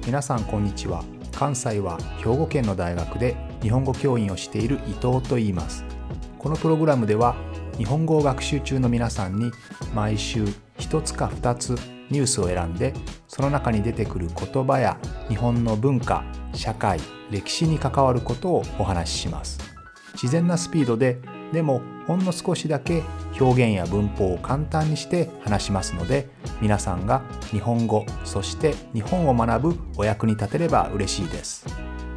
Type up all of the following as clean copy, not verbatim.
皆さんこんにちは。関西は兵庫県の大学で日本語教員をしている伊藤と言います。このプログラムでは日本語を学習中の皆さんに毎週1つか2つニュースを選んで、その中に出てくる言葉や日本の文化、社会、歴史に関わることをお話しします。自然なスピードで、でもほんの少しだけ表現や文法を簡単にして話しますので、皆さんが日本語、そして日本を学ぶお役に立てれば嬉しいです。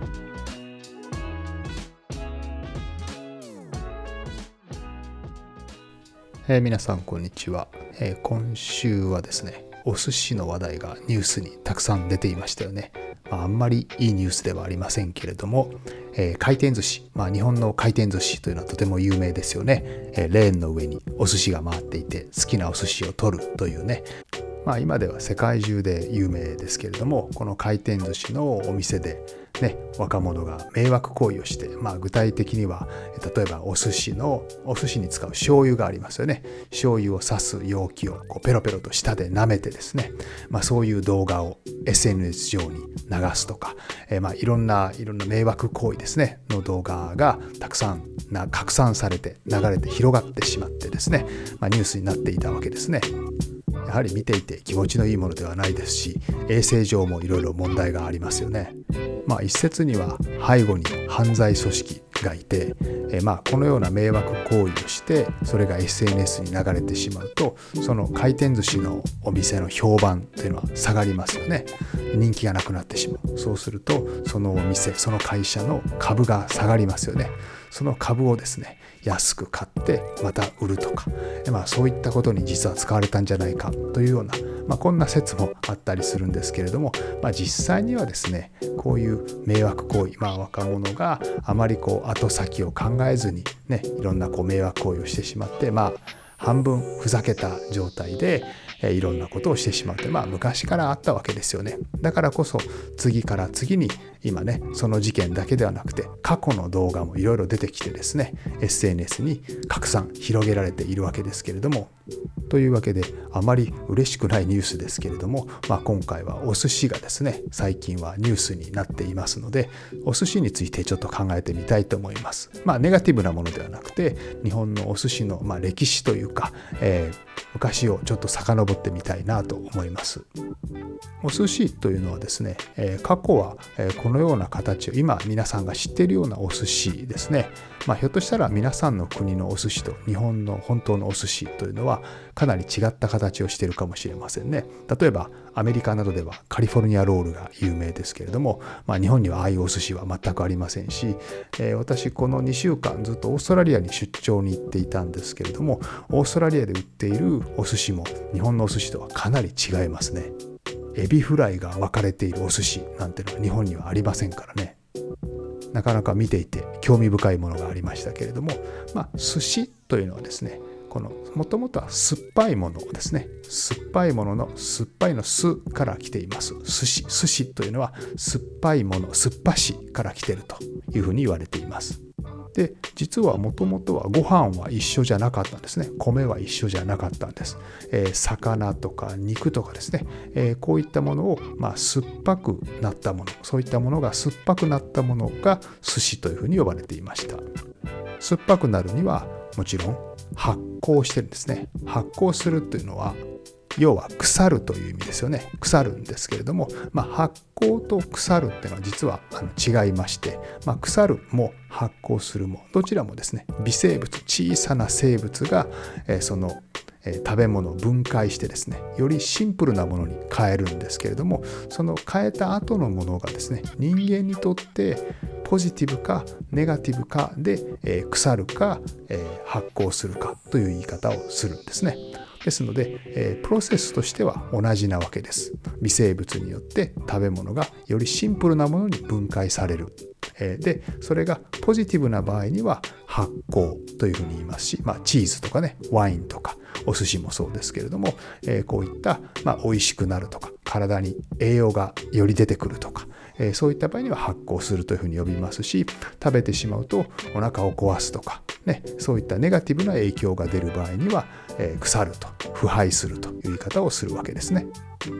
皆さんこんにちは。今週はですね、お寿司の話題がニュースにたくさん出ていましたよね。あんまりいいニュースではありませんけれども、回転寿司、日本の回転寿司というのはとても有名ですよね。レーンの上にお寿司が回っていて、好きなお寿司を取るというね。今では世界中で有名ですけれども、この回転寿司のお店で若者が迷惑行為をして、具体的には例えばお寿司に使う醤油がありますよね。醤油を刺す容器をペロペロと舌で舐めてですね、そういう動画を SNS 上に流すとか、いろんな迷惑行為ですねの動画がたくさん拡散されて流れて広がってしまってですね、ニュースになっていたわけですね。やはり見ていて気持ちのいいものではないですし、衛生上もいろいろ問題がありますよね。一説には背後に犯罪組織がいて、このような迷惑行為をしてそれが SNS に流れてしまうと、その回転寿司のお店の評判というのは下がりますよね。人気がなくなってしまう。そうするとそのお店、その会社の株が下がりますよね。その株をですね、安く買ってまた売るとか、そういったことに実は使われたんじゃないかというような、こんな説もあったりするんですけれども、実際にはですね、こういう迷惑行為、若者があまり後先を考えずにいろんな迷惑行為をしてしまって、半分ふざけた状態でいろんなことをしてしまうと、昔からあったわけですよね。だからこそ次から次に今その事件だけではなくて過去の動画もいろいろ出てきてですね、 SNS に拡散広げられているわけですけれども、というわけであまり嬉しくないニュースですけれども、今回はお寿司がですね、最近はニュースになっていますので、お寿司についてちょっと考えてみたいと思います。ネガティブなものではなくて、日本のお寿司の歴史というか、昔をちょっと遡ってみたいなと思います。お寿司というのはですね、過去はこのような形を、今皆さんが知っているようなお寿司ですね、ひょっとしたら皆さんの国のお寿司と日本の本当のお寿司というのはかなり違った形をしているかもしれませんね。例えばアメリカなどではカリフォルニアロールが有名ですけれども、日本にはああいうお寿司は全くありませんし、私この2週間ずっとオーストラリアに出張に行っていたんですけれども、オーストラリアで売っているお寿司も日本のお寿司とはかなり違いますね。エビフライが分かれているお寿司なんてのは日本にはありませんからね。なかなか見ていて興味深いものがありましたけれども、寿司というのはですね、もともとは酸っぱいものですね。酸っぱいものの酸っぱいの酢から来ています。寿司というのは酸っぱいもの、酸っぱしから来ているというふうに言われています。で、実はもともとはご飯は一緒じゃなかったんですね。米は一緒じゃなかったんです。魚とか肉とかですね、こういったものを酸っぱくなったもの、そういったものが酸っぱくなったものが寿司というふうに呼ばれていました。酸っぱくなるにはもちろん発酵してるんですね。発酵するというのは要は腐るという意味ですよね。腐るんですけれども、発酵と腐るっていうのは実は違いまして、腐るも発酵するもどちらもですね、微生物、小さな生物がその食べ物を分解してですね、よりシンプルなものに変えるんですけれども、その変えた後のものがですね、人間にとってポジティブかネガティブかで腐るか発酵するかという言い方をするんですね。ですので、プロセスとしては同じなわけです。微生物によって食べ物がよりシンプルなものに分解される。で、それがポジティブな場合には発酵というふうに言いますし、チーズとかね、ワインとかお寿司もそうですけれども、こういった、美味しくなるとか、体に栄養がより出てくるとか、そういった場合には発酵するというふうに呼びますし、食べてしまうとお腹を壊すとか、そういったネガティブな影響が出る場合には、腐ると、腐敗するという言い方をするわけですね。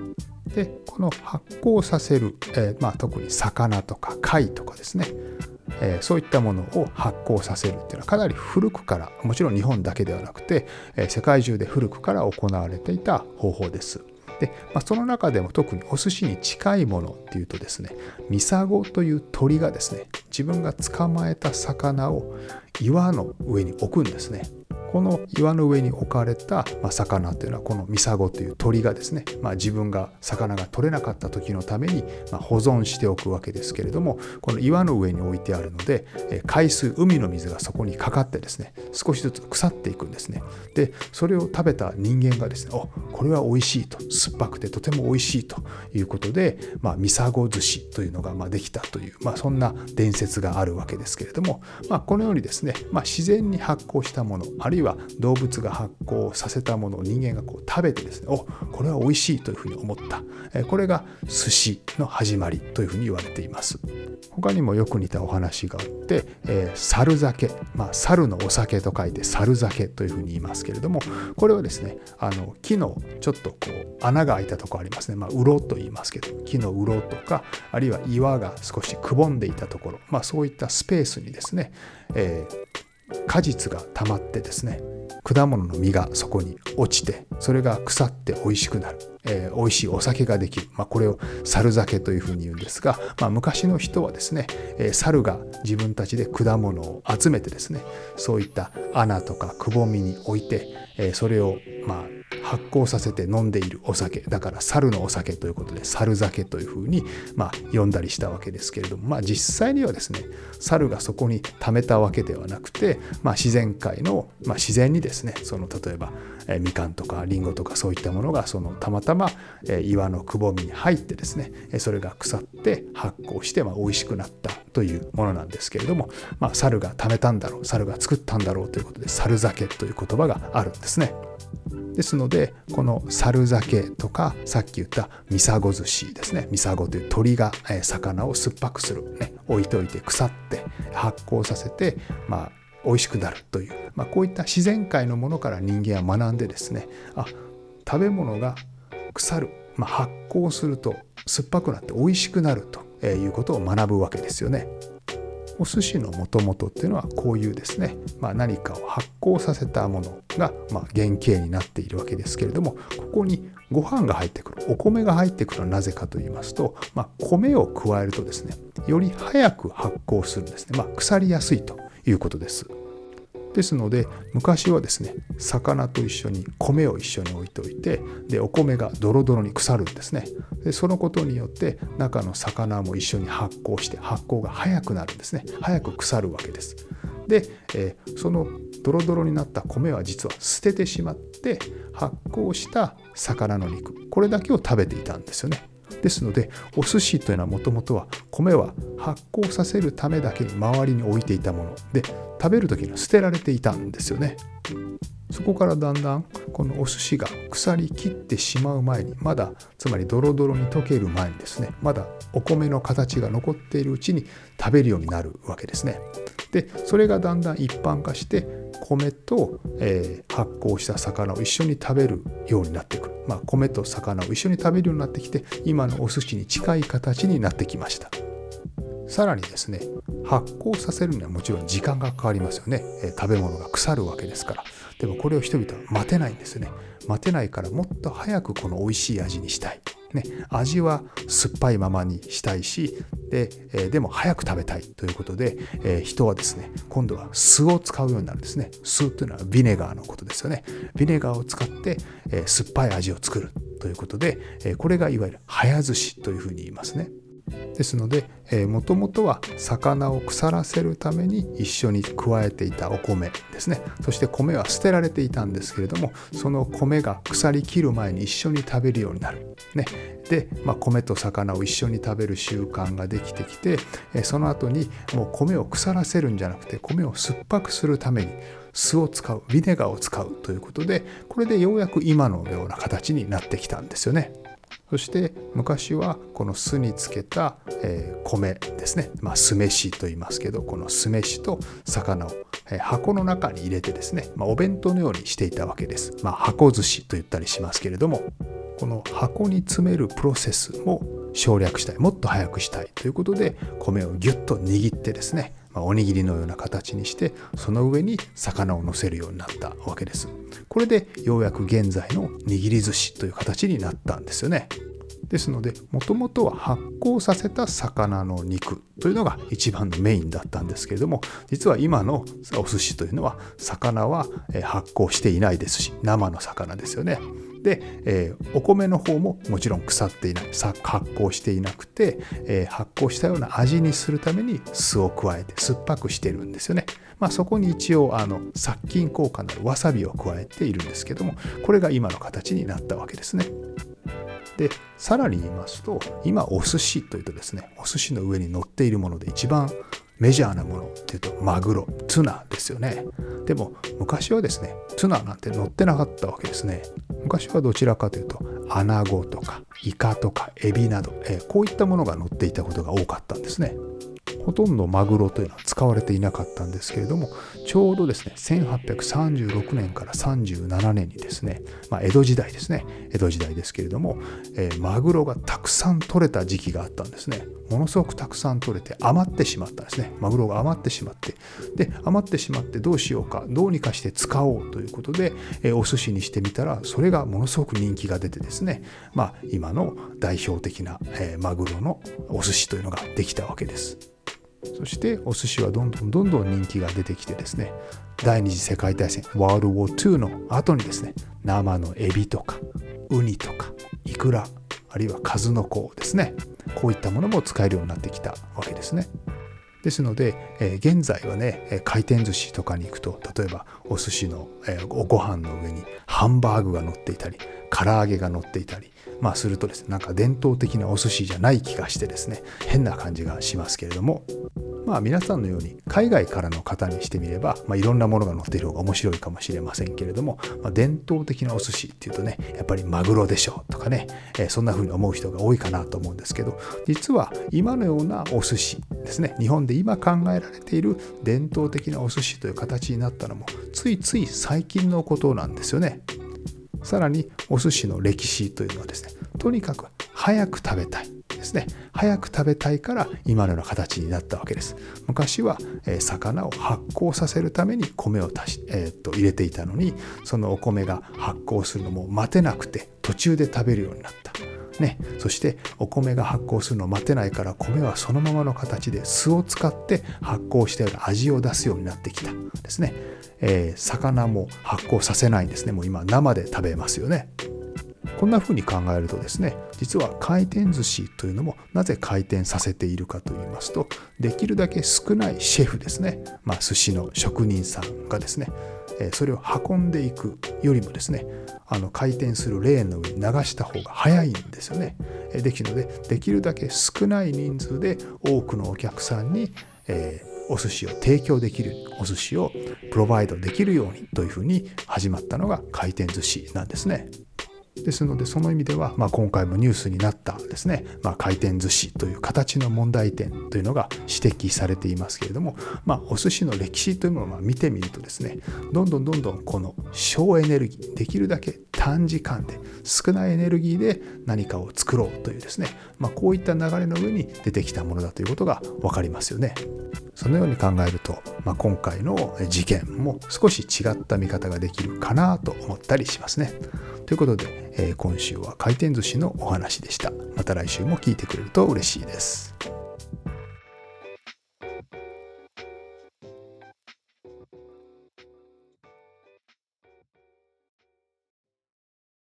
でこの発酵させる、特に魚とか貝とかですね、そういったものを発酵させるっていうのはかなり古くから、もちろん日本だけではなくて、世界中で古くから行われていた方法です。で、その中でも特にお寿司に近いものっていうとですね、ミサゴという鳥がですね、自分が捕まえた魚を岩の上に置くんですね。この岩の上に置かれた魚というのはこのミサゴという鳥がですね、自分が魚が取れなかった時のために保存しておくわけですけれども、この岩の上に置いてあるので海の水がそこにかかってですね、少しずつ腐っていくんですね。でそれを食べた人間がですね、これは美味しいと、酸っぱくてとても美味しいということで、ミサゴ寿司というのができたという、そんな伝説があるわけですけれども、このようにですね、自然に発酵したもの、あるいは動物が発酵させたものを人間が食べてですね、これは美味しいというふうに思った、これが寿司の始まりというふうに言われています。他にもよく似たお話があって、猿酒、猿のお酒と書いて猿酒というふうに言いますけれども、これはですね、木のちょっと穴が開いたところありますね、うろと言いますけど、木のうろとか、あるいは岩が少しくぼんでいたところ、そういったスペースにですね、果実が溜まってですね、果物の実がそこに落ちて、それが腐って美味しくなる、美味しいお酒ができる、これを猿酒というふうに言うんですが、昔の人はですね、猿が自分たちで果物を集めてですね、そういった穴とかくぼみに置いて、それを発酵させて飲んでいるお酒だから猿のお酒ということで猿酒というふうに呼んだりしたわけですけれども、実際にはですね、猿がそこに溜めたわけではなくて、自然界の、自然にですね、例えばみかんとかりんごとかそういったものがたまたま岩のくぼみに入ってですね、それが腐って発酵して美味しくなったというものなんですけれども、猿が溜めたんだろう、猿が作ったんだろうということで猿酒という言葉があるんですね。ですのでこの猿酒とかさっき言ったミサゴ寿司ですね、ミサゴという鳥が魚を酸っぱくする、置いといて腐って発酵させて美味しくなるという、こういった自然界のものから人間は学んでですね、食べ物が腐る、発酵すると酸っぱくなって美味しくなるということを学ぶわけですよね。お寿司のもともとっていうのはこういうですね、何かを発酵させたものが原型になっているわけですけれども、ここにご飯が入ってくる、お米が入ってくるのはなぜかと言いますと、米を加えるとですね、より早く発酵するんですね。腐りやすいということです。ですので昔はですね、魚と一緒に米を一緒に置いておいて、でお米がドロドロに腐るんですね。でそのことによって中の魚も一緒に発酵して発酵が早くなるんですね。早く腐るわけです。で、そのドロドロになった米は実は捨ててしまって発酵した魚の肉、これだけを食べていたんですよね。ですのでお寿司というのはもともとは米は発酵させるためだけに周りに置いていたもので、食べる時には捨てられていたんですよね。そこからだんだんこのお寿司が腐りきってしまう前に、つまりドロドロに溶ける前にですね、まだお米の形が残っているうちに食べるようになるわけですね。でそれがだんだん一般化して米と、発酵した魚を一緒に食べるようになってくる、米と魚を一緒に食べるようになってきて、今のお寿司に近い形になってきました。さらにですね、発酵させるにはもちろん時間がかかりますよね。食べ物が腐るわけですから。でもこれを人々は待てないんですよね。待てないからもっと早くこの美味しい味にしたい。味は酸っぱいままにしたいし、でも早く食べたいということで、人はですね、今度は酢を使うようになるんですね。酢というのはビネガーのことですよね。ビネガーを使って、酸っぱい味を作るということで、これがいわゆる早寿司というふうに言いますね。ですのでもともとは魚を腐らせるために一緒に加えていたお米ですね。そして米は捨てられていたんですけれども、その米が腐りきる前に一緒に食べるようになる。で、米と魚を一緒に食べる習慣ができてきて、その後にもう米を腐らせるんじゃなくて米を酸っぱくするために酢を使う、ビネガーを使うということで、これでようやく今のような形になってきたんですよね。そして昔はこの酢につけた米ですね、酢飯と言いますけど、この酢飯と魚を箱の中に入れてですね、お弁当のようにしていたわけです。箱寿司と言ったりしますけれども、 この箱に詰めるプロセスも省略したい、もっと早くしたいということで、米をギュッと握ってですね、おにぎりのような形にして、その上に魚を乗せるようになったわけです。これでようやく現在の握り寿司という形になったんですよね。ですので、もともとは発酵させた魚の肉というのが一番のメインだったんですけれども、実は今のお寿司というのは、魚は発酵していないですし、生の魚ですよね。で、お米の方ももちろん腐っていない、発酵していなくて、発酵したような味にするために酢を加えて酸っぱくしてるんですよね。そこに一応殺菌効果のあるわさびを加えているんですけども、これが今の形になったわけですね。で、さらに言いますと、今お寿司というとですね、お寿司の上に乗っているもので一番メジャーなものっていうとマグロ、ツナですよね。でも昔はですね、ツナなんて乗ってなかったわけですね。昔はどちらかというとアナゴとかイカとかエビなど、こういったものが乗っていたことが多かったんですね。ほとんどマグロというのは使われていなかったんですけれども、ちょうどですね、1836年から37年にですね、江戸時代ですね、江戸時代ですけれども、マグロがたくさん取れた時期があったんですね。ものすごくたくさん取れて余ってしまったんですね。マグロが余ってしまって、で余ってしまってどうしようか、どうにかして使おうということで、お寿司にしてみたら、それがものすごく人気が出てですね、今の代表的な、マグロのお寿司というのができたわけです。そしてお寿司はどんどん人気が出てきてですね、第二次世界大戦ワールドウォー2の後にですね、生のエビとかウニとかイクラ、あるいは数の子ですね、こういったものも使えるようになってきたわけですね。ですので、現在はね、回転寿司とかに行くと、例えばお寿司の、ご飯の上にハンバーグが乗っていたり、唐揚げが乗っていたり、するとですね、なんか伝統的なお寿司じゃない気がしてですね、変な感じがしますけれども、皆さんのように海外からの方にしてみれば、いろんなものが乗っている方が面白いかもしれませんけれども、伝統的なお寿司っていうとね、やっぱりマグロでしょとかね、そんな風に思う人が多いかなと思うんですけど、実は今のようなお寿司ですね、日本で今考えられている伝統的なお寿司という形になったのもついつい最近のことなんですよね。さらにお寿司の歴史というのはですね、とにかく早く食べたいですね。早く食べたいから今のような形になったわけです。昔は魚を発酵させるために米を入れていたのに、そのお米が発酵するのも待てなくて途中で食べるようになった。そしてお米が発酵するのを待てないから、米はそのままの形で酢を使って発酵したような味を出すようになってきたですね。魚も発酵させないんですね。もう今生で食べますよね。こんな風に考えるとですね、実は回転寿司というのもなぜ回転させているかといいますと、できるだけ少ないシェフですね、寿司の職人さんがですね、それを運んでいくよりもですね、回転するレーンの上に流した方が早いんですよね。ですので、できるだけ少ない人数で多くのお客さんに、お寿司を提供できる、お寿司をプロバイドできるようにというふうに始まったのが回転寿司なんですね。ですので、その意味では、今回もニュースになったですね、回転寿司という形の問題点というのが指摘されていますけれども、お寿司の歴史というものを見てみるとですね、どんどんこの省エネルギー、できるだけ短時間で少ないエネルギーで何かを作ろうというですね、こういった流れの上に出てきたものだということが分かりますよね。そのように考えると、今回の事件も少し違った見方ができるかなと思ったりしますね。ということで、今週は回転寿司のお話でした。また来週も聞いてくれると嬉しいです。